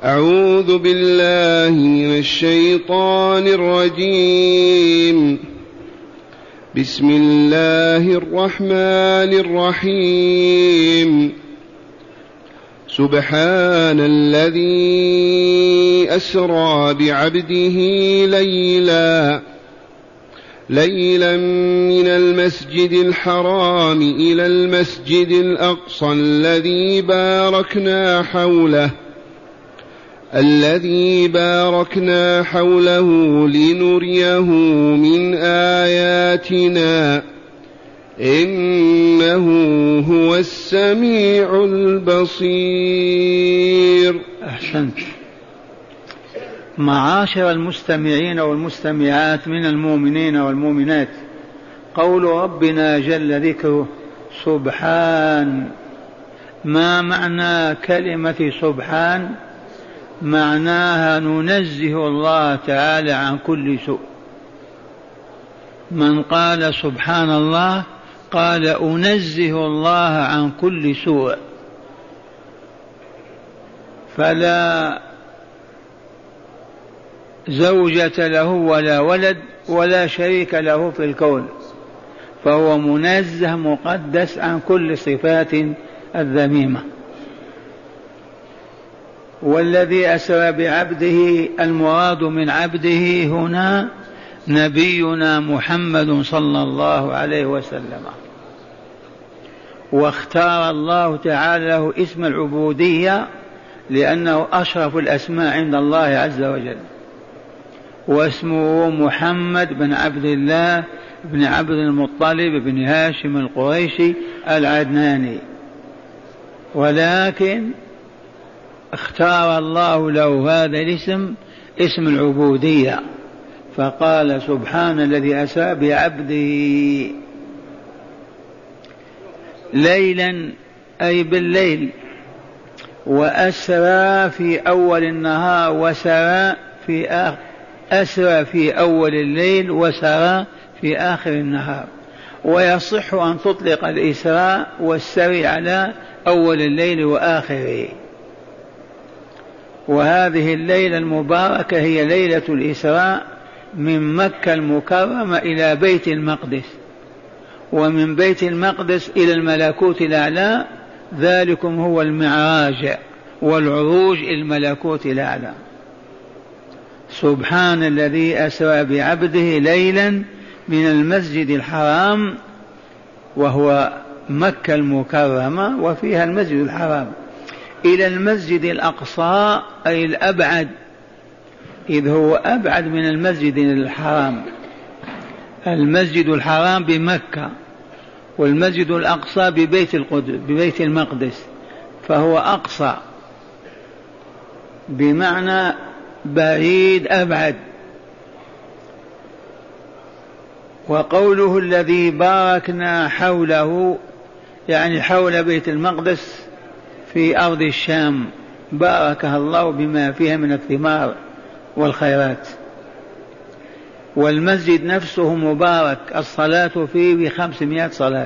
أعوذ بالله من الشيطان الرجيم. بسم الله الرحمن الرحيم. سبحان الذي أسرى بعبده ليلا من المسجد الحرام إلى المسجد الأقصى الذي باركنا حوله لنريه من آياتنا إنه هو السميع البصير. أحسنت. معاشر المستمعين والمستمعات من المؤمنين والمؤمنات، قول ربنا جل ذكره سبحان، ما معنى كلمة سبحان؟ معناها ننزه الله تعالى عن كل سوء. من قال سبحان الله قال أنزه الله عن كل سوء، فلا زوجة له ولا ولد ولا شريك له في الكون، فهو منزه مقدس عن كل صفات الذميمة. والذي أسرى بعبده، المراد من عبده هنا نبينا محمد صلى الله عليه وسلم، واختار الله تعالى له اسم العبودية لأنه أشرف الأسماء عند الله عز وجل، واسمه محمد بن عبد الله بن عبد المطلب بن هاشم القريشي العدناني، ولكن اختار الله له هذا الاسم، اسم العبودية، فقال سبحان الذي أسرى بعبده ليلا أي بالليل، وأسرى في أول النهار وسرى في أسرى في أول الليل وسرى في آخر النهار، ويصح أن تطلق الإسراء والسري على أول الليل وآخره. وهذه الليلة المباركة هي ليلة الإسراء من مكة المكرمة إلى بيت المقدس، ومن بيت المقدس إلى الملكوت الأعلى، ذلكم هو المعراج والعروج إلى الملكوت الأعلى. سبحان الذي أسرى بعبده ليلا من المسجد الحرام، وهو مكة المكرمة وفيها المسجد الحرام، إلى المسجد الأقصى أي الأبعد، إذ هو أبعد من المسجد الحرام. المسجد الحرام بمكة، والمسجد الأقصى ببيت المقدس، فهو أقصى بمعنى بعيد أبعد. وقوله الذي باركنا حوله يعني حول بيت المقدس في أرض الشام، باركها الله بما فيها من الثمار والخيرات. والمسجد نفسه مبارك، الصلاة فيه ب500 صلاة،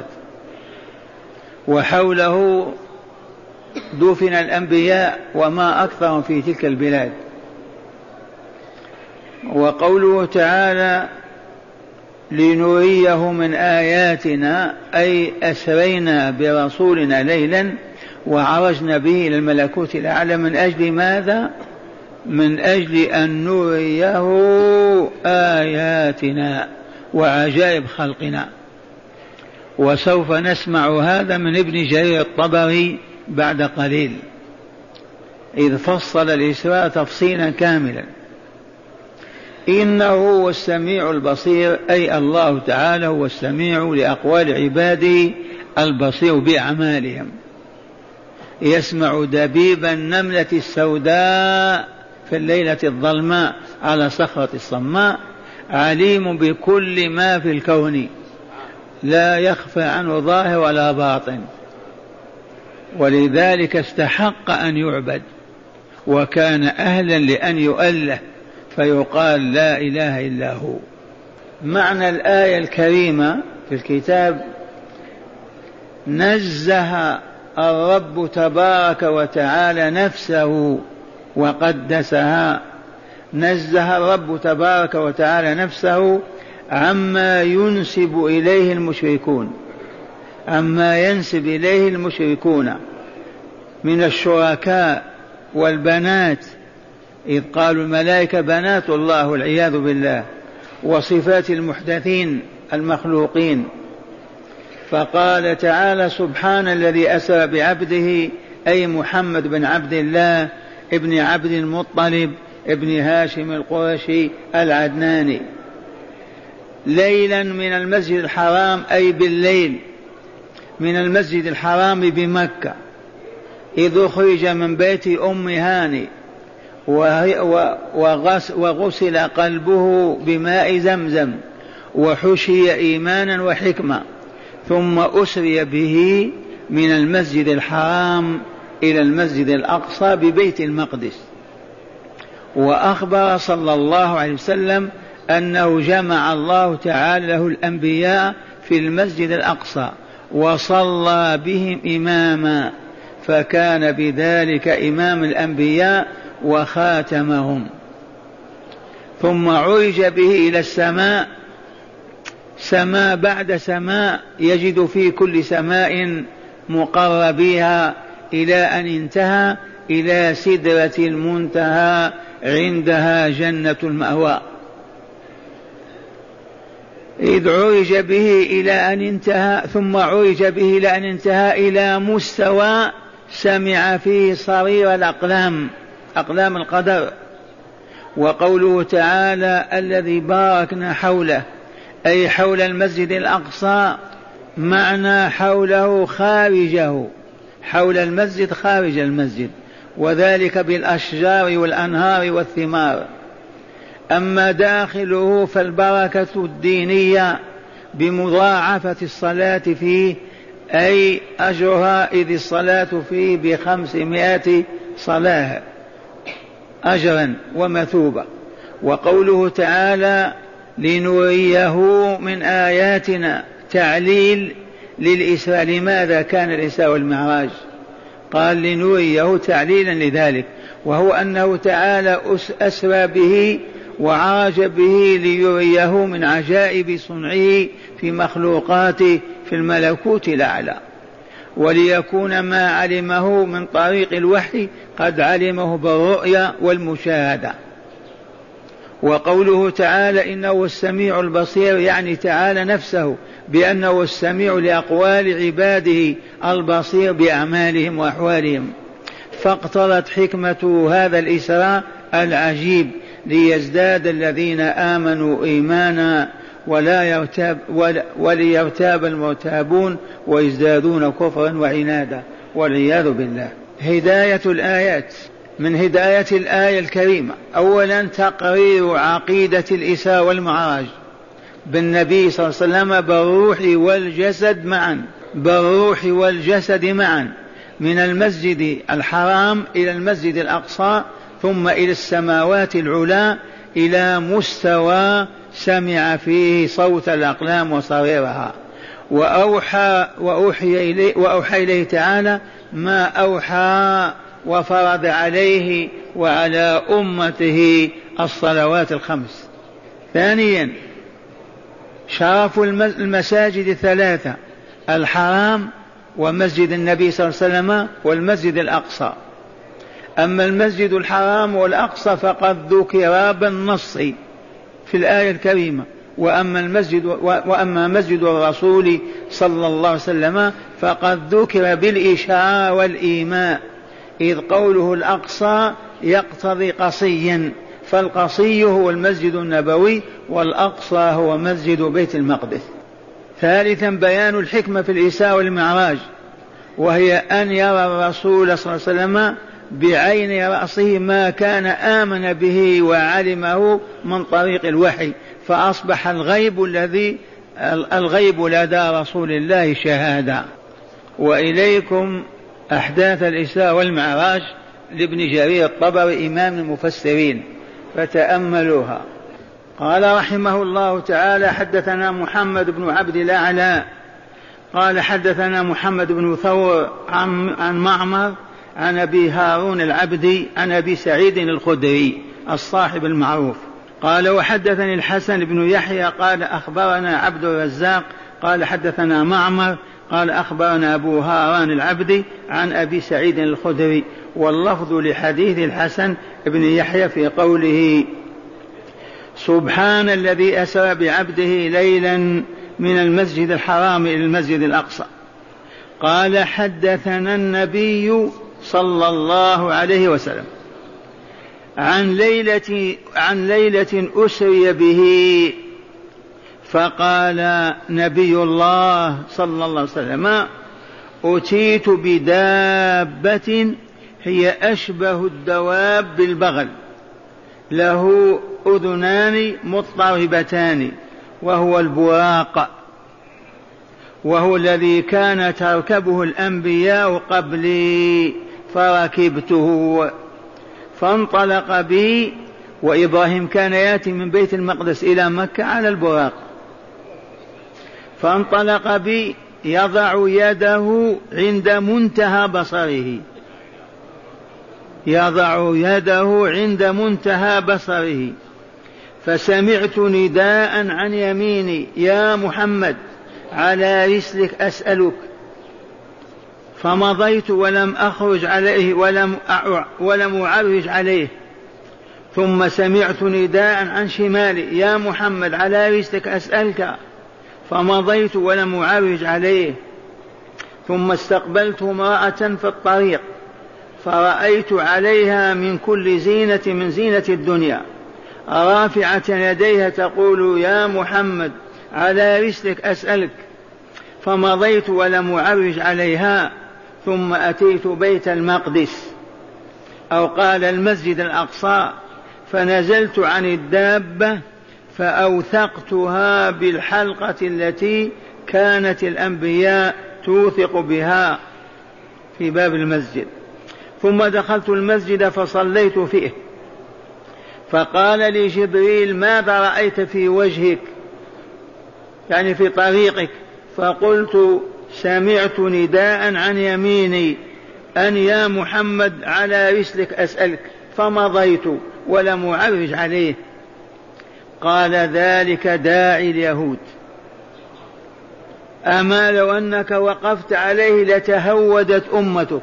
وحوله دفن الأنبياء وما أكثرهم في تلك البلاد. وقوله تعالى لنريه من آياتنا أي أسرينا برسولنا ليلا وعرجنا به إلى الملكوت الأعلى، من أجل ماذا؟ من أجل أن نريه آياتنا وعجائب خلقنا. وسوف نسمع هذا من ابن جرير الطبري بعد قليل، إذ فصل الإسراء تفصيلا كاملا. إنه هو السميع البصير، أي الله تعالى هو السميع لأقوال عباده البصير بأعمالهم، يسمع دبيب النملة السوداء في الليلة الظلماء على صخرة الصماء، عليم بكل ما في الكون، لا يخفى عنه ظاهر ولا باطن، ولذلك استحق أن يعبد، وكان أهلا لأن يؤله فيقال لا إله إلا هو. معنى الآية الكريمة في الكتاب: نزه الرب تبارك وتعالى نفسه وقدسها. نزه الرب تبارك وتعالى نفسه عما ينسب إليه المشركون، عما ينسب إليه المشركون من الشركاء والبنات، إذ قالوا الملائكة بنات الله والعياذ بالله، وصفات المحدثين المخلوقين. فقال تعالى: سبحان الذي أسرى بعبده، أي محمد بن عبد الله ابن عبد المطلب ابن هاشم القرشي العدناني، ليلا من المسجد الحرام، أي بالليل من المسجد الحرام بمكة، إذ أخرج من بيت أم هاني وغسل قلبه بماء زمزم وحشي إيمانا وحكمة، ثم أسري به من المسجد الحرام إلى المسجد الأقصى ببيت المقدس. وأخبر صلى الله عليه وسلم أنه جمع الله تعالى له الأنبياء في المسجد الأقصى وصلى بهم إماما، فكان بذلك إمام الأنبياء وخاتمهم. ثم عرج به إلى السماء، سماء بعد سماء، يجد في كل سماء مقربيها، إلى أن انتهى إلى سدرة المنتهى، عندها جنة المأوى. إذ عرج به إلى أن انتهى، ثم عرج به إلى أن انتهى إلى مستوى سمع فيه صرير الأقلام، أقلام القدر. وقوله تعالى: الذي باركنا حوله، أي حول المسجد الأقصى، معنى حوله خارجه، حول المسجد خارج المسجد، وذلك بالأشجار والأنهار والثمار. أما داخله فالبركة الدينية بمضاعفة الصلاة فيه، أي أجرها، إذ الصلاة فيه ب500 صلاة أجرا ومثوبة. وقوله تعالى: لنريه من آياتنا، تعليل للإسراء. لماذا كان الإسراء والمعراج؟ قال لنريه تعليلا لذلك، وهو أنه تعالى أسرى به وعرج به ليريه من عجائب صنعه في مخلوقاته في الملكوت الأعلى، وليكون ما علمه من طريق الوحي قد علمه بالرؤيا والمشاهدة. وقوله تعالى: إنه السميع البصير، يعني تعالى نفسه بأنه السميع لأقوال عباده البصير بأعمالهم وأحوالهم. فاقتضت حكمة هذا الإسراء العجيب ليزداد الذين آمنوا إيمانا وليرتاب المرتابون ويزدادون كفرا وعنادا والعياذ بالله. هداية الآيات: من هداية الآية الكريمة أولا تقرير عقيدة الإسراء والمعراج بالنبي صلى الله عليه وسلم بالروح والجسد معا، بالروح والجسد معا، من المسجد الحرام إلى المسجد الأقصى، ثم إلى السماوات العلى، إلى مستوى سمع فيه صوت الأقلام وصريرها. وأوحي إليه تعالى ما أوحى، وفرض عليه وعلى أمته الصلوات الخمس. ثانيا شرف المساجد الثلاثة: الحرام ومسجد النبي صلى الله عليه وسلم والمسجد الأقصى. أما المسجد الحرام والأقصى فقد ذكر بالنص في الآية الكريمة، وأما مسجد الرسول صلى الله عليه وسلم فقد ذكر بالإشارة والإيماء، إذ قوله الأقصى يقتضي قصيا، فالقصي هو المسجد النبوي والأقصى هو مسجد بيت المقدس. ثالثا بيان الحكمة في الإسراء والمعراج، وهي أن يرى الرسول صلى الله عليه وسلم بعين رأسه ما كان آمن به وعلمه من طريق الوحي، فأصبح الغيب لدى رسول الله شهادة. وإليكم أحداث الإسراء والمعراج لابن جرير الطبري إمام المفسرين، فتأملوها. قال رحمه الله تعالى: حدثنا محمد بن عبد الأعلى قال حدثنا محمد بن ثور عن معمر عن أبي هارون العبدي عن أبي سعيد الخدري الصاحب المعروف قال وحدثني الحسن بن يحيى قال أخبرنا عبد الرزاق قال حدثنا معمر قال أخبرنا أبو هارون العبدي عن أبي سعيد الخدري. واللفظ لحديث الحسن بن يحيى في قوله سبحان الذي أسرى بعبده ليلا من المسجد الحرام إلى المسجد الأقصى. قال حدثنا النبي صلى الله عليه وسلم عن ليلة أسري به فقال نبي الله صلى الله عليه وسلم أتيت بدابة هي أشبه الدواب بالبغل له أذنان مضطربتان وهو البراق وهو الذي كان تركبه الأنبياء قبلي فركبته فانطلق بي وإبراهيم كان يأتي من بيت المقدس إلى مكة على البراق فانطلق بي يضع يده عند منتهى بصره فسمعت نداء عن يميني يا محمد على رسلك أسألك فمضيت ولم أخرج عليه ولم أعرج عليه ثم سمعت نداء عن شمالي يا محمد على رسلك أسألك فمضيت ولم أعرج عليه ثم استقبلت امرأة في الطريق فرأيت عليها من كل زينة من زينة الدنيا رافعة يديها تقول يا محمد على رسلك أسألك فمضيت ولم أعرج عليها ثم أتيت بيت المقدس أو قال المسجد الأقصى فنزلت عن الدابة فأوثقتها بالحلقة التي كانت الأنبياء توثق بها في باب المسجد ثم دخلت المسجد فصليت فيه فقال لي جبريل ماذا رأيت في وجهك يعني في طريقك فقلت سمعت نداء عن يميني أن يا محمد على رسلك أسألك فمضيت ولم أعرج عليه. قال ذلك داعي اليهود أما لو أنك وقفت عليه لتهودت أمتك.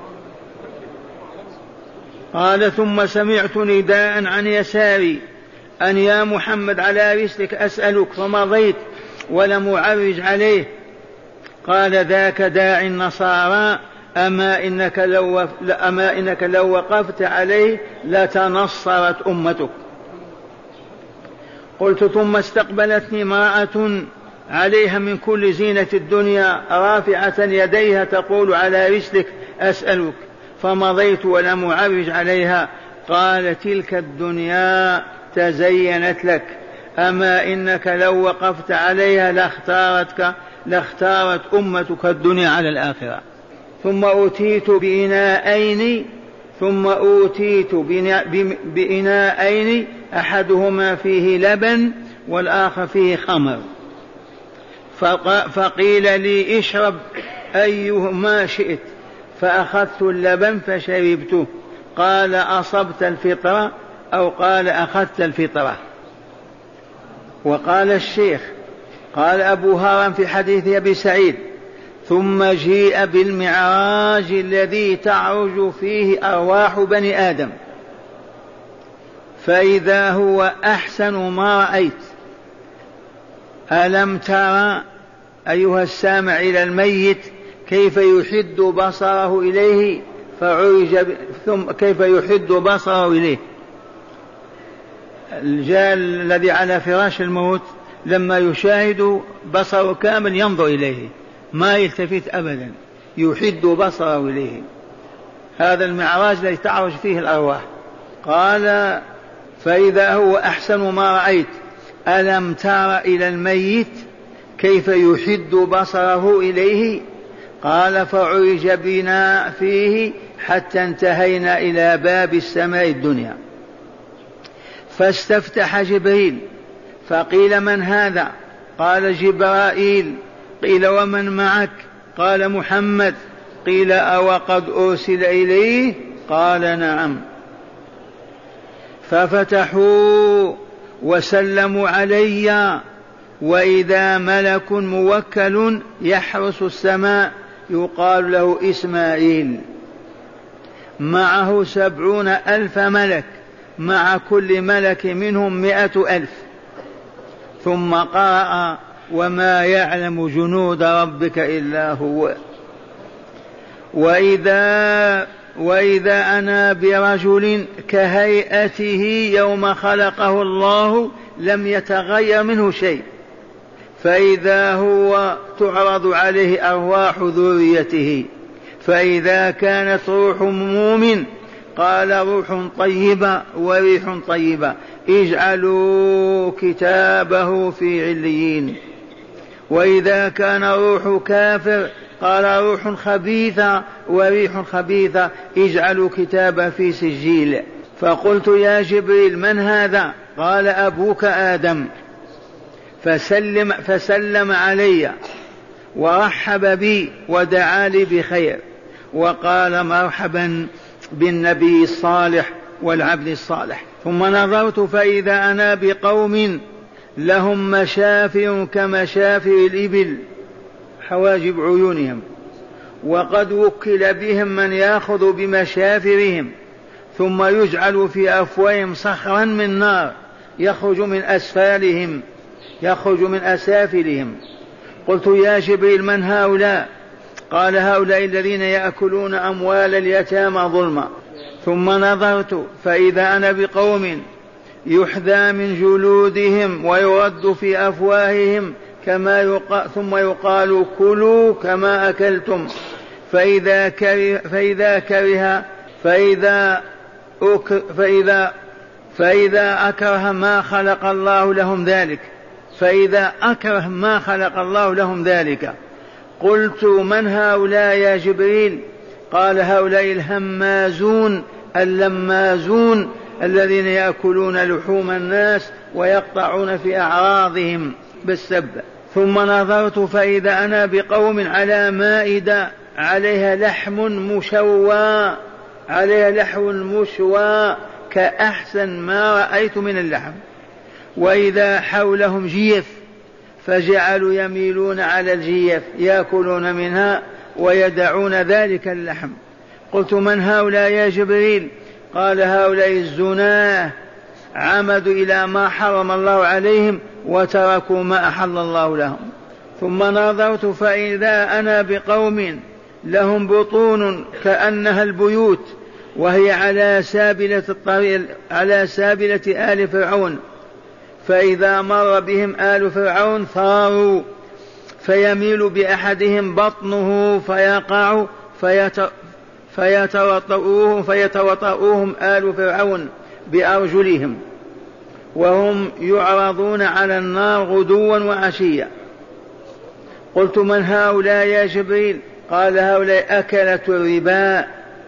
قال ثم سمعت نداء عن يساري أن يا محمد على رسلك أسألك فمضيت ولم أعرج عليه. قال ذاك داعي النصارى أما إنك لو وقفت عليه لتنصرت أمتك. قلت ثم استقبلتني امرأة عليها من كل زينة الدنيا رافعة يديها تقول على رسلك أسألك فمضيت ولم أعرج عليها. قال تلك الدنيا تزينت لك أما إنك لو وقفت عليها لاختارت أمتك الدنيا على الآخرة. ثم أوتيت بإناءين أحدهما فيه لبن والآخر فيه خمر فقيل لي اشرب أيهما شئت فأخذت اللبن فشربته. قال أصبت الفطرة أو قال أخذت الفطرة. وقال الشيخ قال أبو هارون في حديث أبي سعيد ثم جيء بالمعراج الذي تعرج فيه أرواح بني آدم فإذا هو أحسن ما رأيت. ألم ترى أيها السامع إلى الميت كيف يحد بصره إليه ثم كيف يحد بصره إليه. الجال الذي على فراش الموت لما يشاهد بصره كامل ينظر إليه ما يلتفت أبدا يحد بصره إليه. هذا المعراج الذي تعرج فيه الأرواح. قال فإذا هو أحسن ما رأيت. ألم تر إلى الميت كيف يحد بصره إليه. قال فعرج بنا فيه حتى انتهينا إلى باب السماء الدنيا فاستفتح جبريل فقيل من هذا؟ قال جبرائيل. قيل ومن معك؟ قال محمد. قيل أوقد أرسل إليه؟ قال نعم. ففتحوا وسلموا علي، وإذا ملك موكل يحرس السماء يقال له إسماعيل، معه 70,000 ملك، مع كل ملك منهم 100,000. ثم قرأ وما يعلم جنود ربك إلا هو. وإذا أنا برجل كهيئته يوم خلقه الله لم يتغير منه شيء، فإذا هو تعرض عليه أرواح ذريته، فإذا كانت روح مؤمن قال روح طيبة وريح طيبة اجعلوا كتابه في عليين. وإذا كان روح كافر قال روح خبيثة وريح خبيثة اجعلوا كتابه في سجيل. فقلت يا جبريل من هذا؟ قال أبوك آدم. فسلم علي ورحب بي ودعا لي بخير، وقال مرحبا بالنبي الصالح والعبد الصالح. ثم نظرت فإذا أنا بقوم لهم مشافر كمشافر الإبل، حواجب عيونهم، وقد وكل بهم من يأخذ بمشافرهم، ثم يجعل في أفواههم صخرا من نار يخرج من أسفلهم، يخرج من أسافلهم. قلت يا جبريل من هؤلاء؟ قال هؤلاء الذين يأكلون أموال اليتامى ظلما. ثم نظرت فإذا أنا بقوم يحذى من جلودهم ويرد في أفواههم ثم يقال كلوا كما أكلتم، فإذا أكره ما خلق الله لهم ذلك، فإذا أكره ما خلق الله لهم ذلك. قلت من هؤلاء يا جبريل؟ قال هؤلاء الهمازون اللمازون الذين يأكلون لحوم الناس ويقطعون في أعراضهم بالسب. ثم نظرت فإذا أنا بقوم على مائدة عليها لحم مشوى كأحسن ما رأيت من اللحم، وإذا حولهم جيف فجعلوا يميلون على الجيف يأكلون منها ويدعون ذلك اللحم. قلت من هؤلاء يا جبريل؟ قال هؤلاء الزناه عمدوا إلى ما حرم الله عليهم وتركوا ما أحل الله لهم. ثم نظرت فإذا أنا بقوم لهم بطون كأنها البيوت، وهي على سابلة الطريق، على سابلة آل فرعون، فإذا مر بهم آل فرعون ثاروا، فيميل بأحدهم بطنه فيقع فيتوطؤوهم آل فرعون بأرجلهم، وهم يعرضون على النار غدوا وعشيا. قلت من هؤلاء يا جبريل؟ قال هؤلاء أكلة الربا،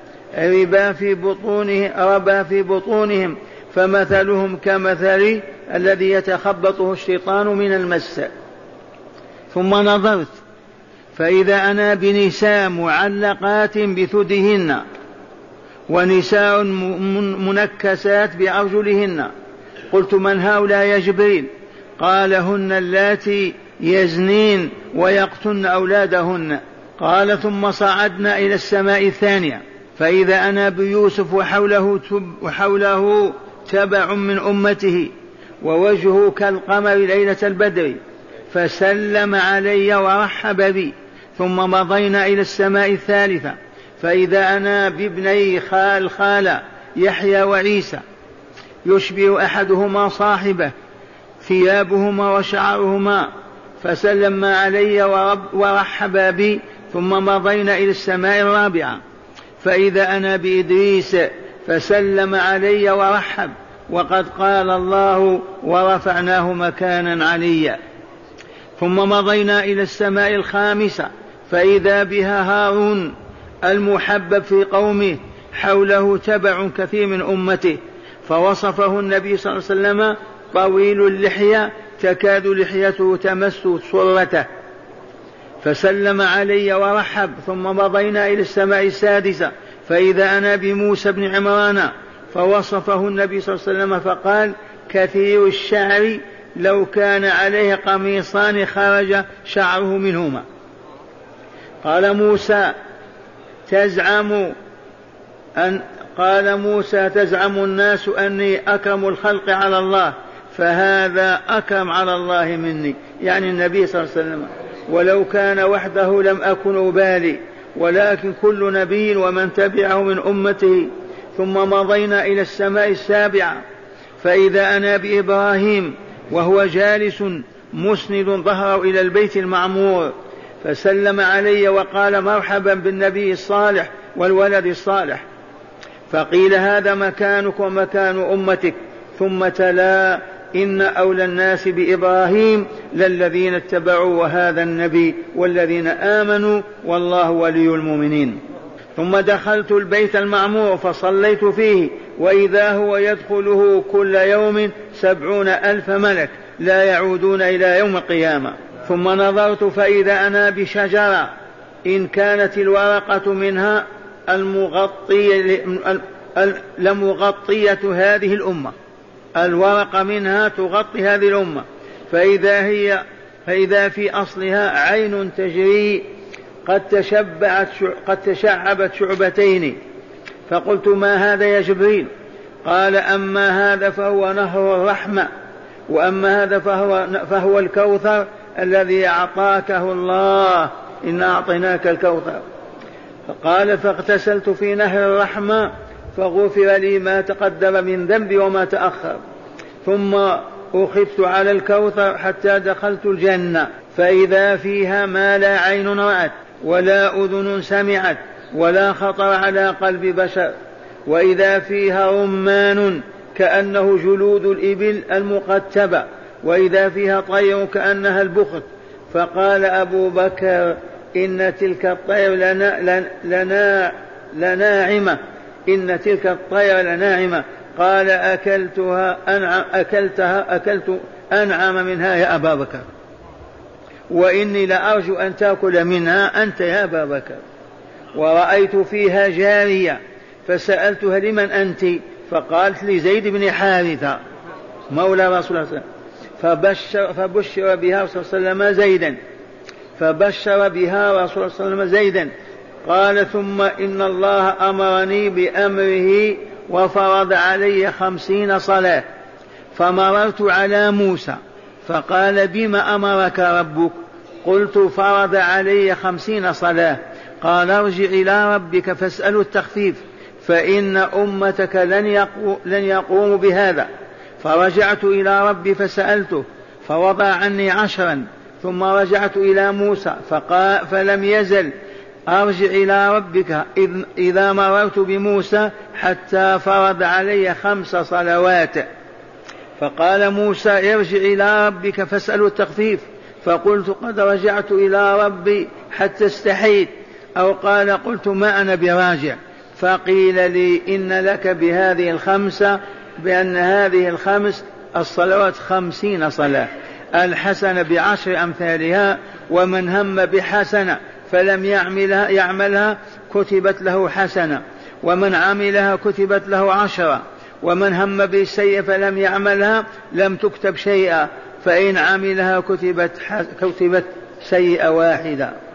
ربا في بطونهم، فمثلهم كمثل الذي يتخبطه الشيطان من المس. ثم نظرت فإذا أنا بنساء معلقات بثديهن، ونساء منكسات بأرجلهن. قلت من هؤلاء يا جبريل؟ قال هن اللاتي يزنين ويقتلن أولادهن. قال ثم صعدنا إلى السماء الثانية فإذا أنا بيوسف وحوله تبع من أمته ووجهه كالقمر ليلة البدر، فسلم علي ورحب بي. ثم مضينا إلى السماء الثالثة فإذا أنا بابني خالة يحيى وعيسى، يشبه أحدهما صاحبه ثيابهما وشعرهما، فسلم علي ورحب بي. ثم مضينا إلى السماء الرابعة فإذا أنا بإدريس فسلم علي ورحب، وقد قال الله ورفعناه مكانا عليا. ثم مضينا إلى السماء الخامسة فإذا بها هارون المحبب في قومه، حوله تبع كثير من أمته، فوصفه النبي صلى الله عليه وسلم طويل اللحية تكاد لحيته تمس سرته، فسلم علي ورحب، ثم مضينا إلى السماء السادسة فإذا أنا بموسى بن عمران، فوصفه النبي صلى الله عليه وسلم فقال: كثير الشعر، لو كان عليه قميصان خرج شعره منهما. قال موسى: تزعم الناس أني أكرم الخلق على الله، فهذا أكرم على الله مني، يعني النبي صلى الله عليه وسلم، ولو كان وحده لم أكن أبالي، ولكن كل نبي ومن تبعه من أمته. ثم مضينا إلى السماء السابعة فإذا أنا بإبراهيم وهو جالس مسند ظهره إلى البيت المعمور، فسلم علي وقال: مرحبا بالنبي الصالح والولد الصالح. فقيل: هذا مكانك ومكان أمتك. ثم تلا: إن أولى الناس بإبراهيم للذين اتبعوا وهذا النبي والذين آمنوا والله ولي المؤمنين. ثم دخلت البيت المعمور فصليت فيه، وإذا هو يدخله كل يوم 70,000 ملك لا يعودون إلى يوم القيامة. ثم نظرت فإذا أنا بشجرة إن كانت الورقة منها لمغطية هذه الأمة، الورقة منها تغطي هذه الأمة، فإذا في أصلها عين تجري قد تشعبت شعبتين. فقلت: ما هذا يا جبريل؟ قال: أما هذا فهو نهر الرحمة، وأما هذا فهو الكوثر الذي أعطاكه الله، إنا أعطيناك الكوثر. فقال: فاغتسلت في نهر الرحمة فغفر لي ما تقدم من ذنبي وما تأخر. ثم أخذت على الكوثر حتى دخلت الجنة، فإذا فيها ما لا عين رأت ولا أذن سمعت ولا خطر على قلب بشر، وإذا فيها رمان كأنه جلود الإبل المقتبة، وإذا فيها طير كأنها البخت. فقال أبو بكر: إن تلك الطير لناعمة، إن تلك الطير لناعمة. قال: أكلت أنعم منها يا أبا بكر، وإني لأرجو أن تأكل منها أنت يا أبا بكر. ورأيت فيها جارية فسألتها: لمن أنت؟ فقالت: لزيد بن حارثة مولى رسول الله صلى الله عليه وسلم. فبشر بها رسول الله صلى الله عليه وسلم زيدا، فبشر بها رسول الله صلى الله عليه وسلم زيدا. قال: ثم إن الله أمرني بأمره وفرض علي 50 صلاة. فمررت على موسى فقال: بما أمرك ربك؟ قلت: فرض علي 50 صلاة. قال: ارجع إلى ربك فاسأله التخفيف، فإن أمتك لن يقوموا بهذا. فرجعت إلى ربي فسألته فوضع عني 10. ثم رجعت إلى موسى فلم يزل أرجع إلى ربك إذا مررت بموسى حتى فرض علي 5 صلوات. فقال موسى: ارجع إلى ربك فاسأله التخفيف. فقلت: قد رجعت إلى ربي حتى استحيت، أو قال: قلت: ما أنا براجع. فقيل لي: إن لك بهذه 5 بأن هذه 5 الصلوات 50 صلاة، الحسنة ب10 أمثالها، ومن هم بحسنة فلم يعملها كتبت له حسنة، ومن عملها كتبت له 10، ومن هم بالسيئة فلم يعملها لم تكتب شيئا، فإن عملها كتبت سيئة واحدة.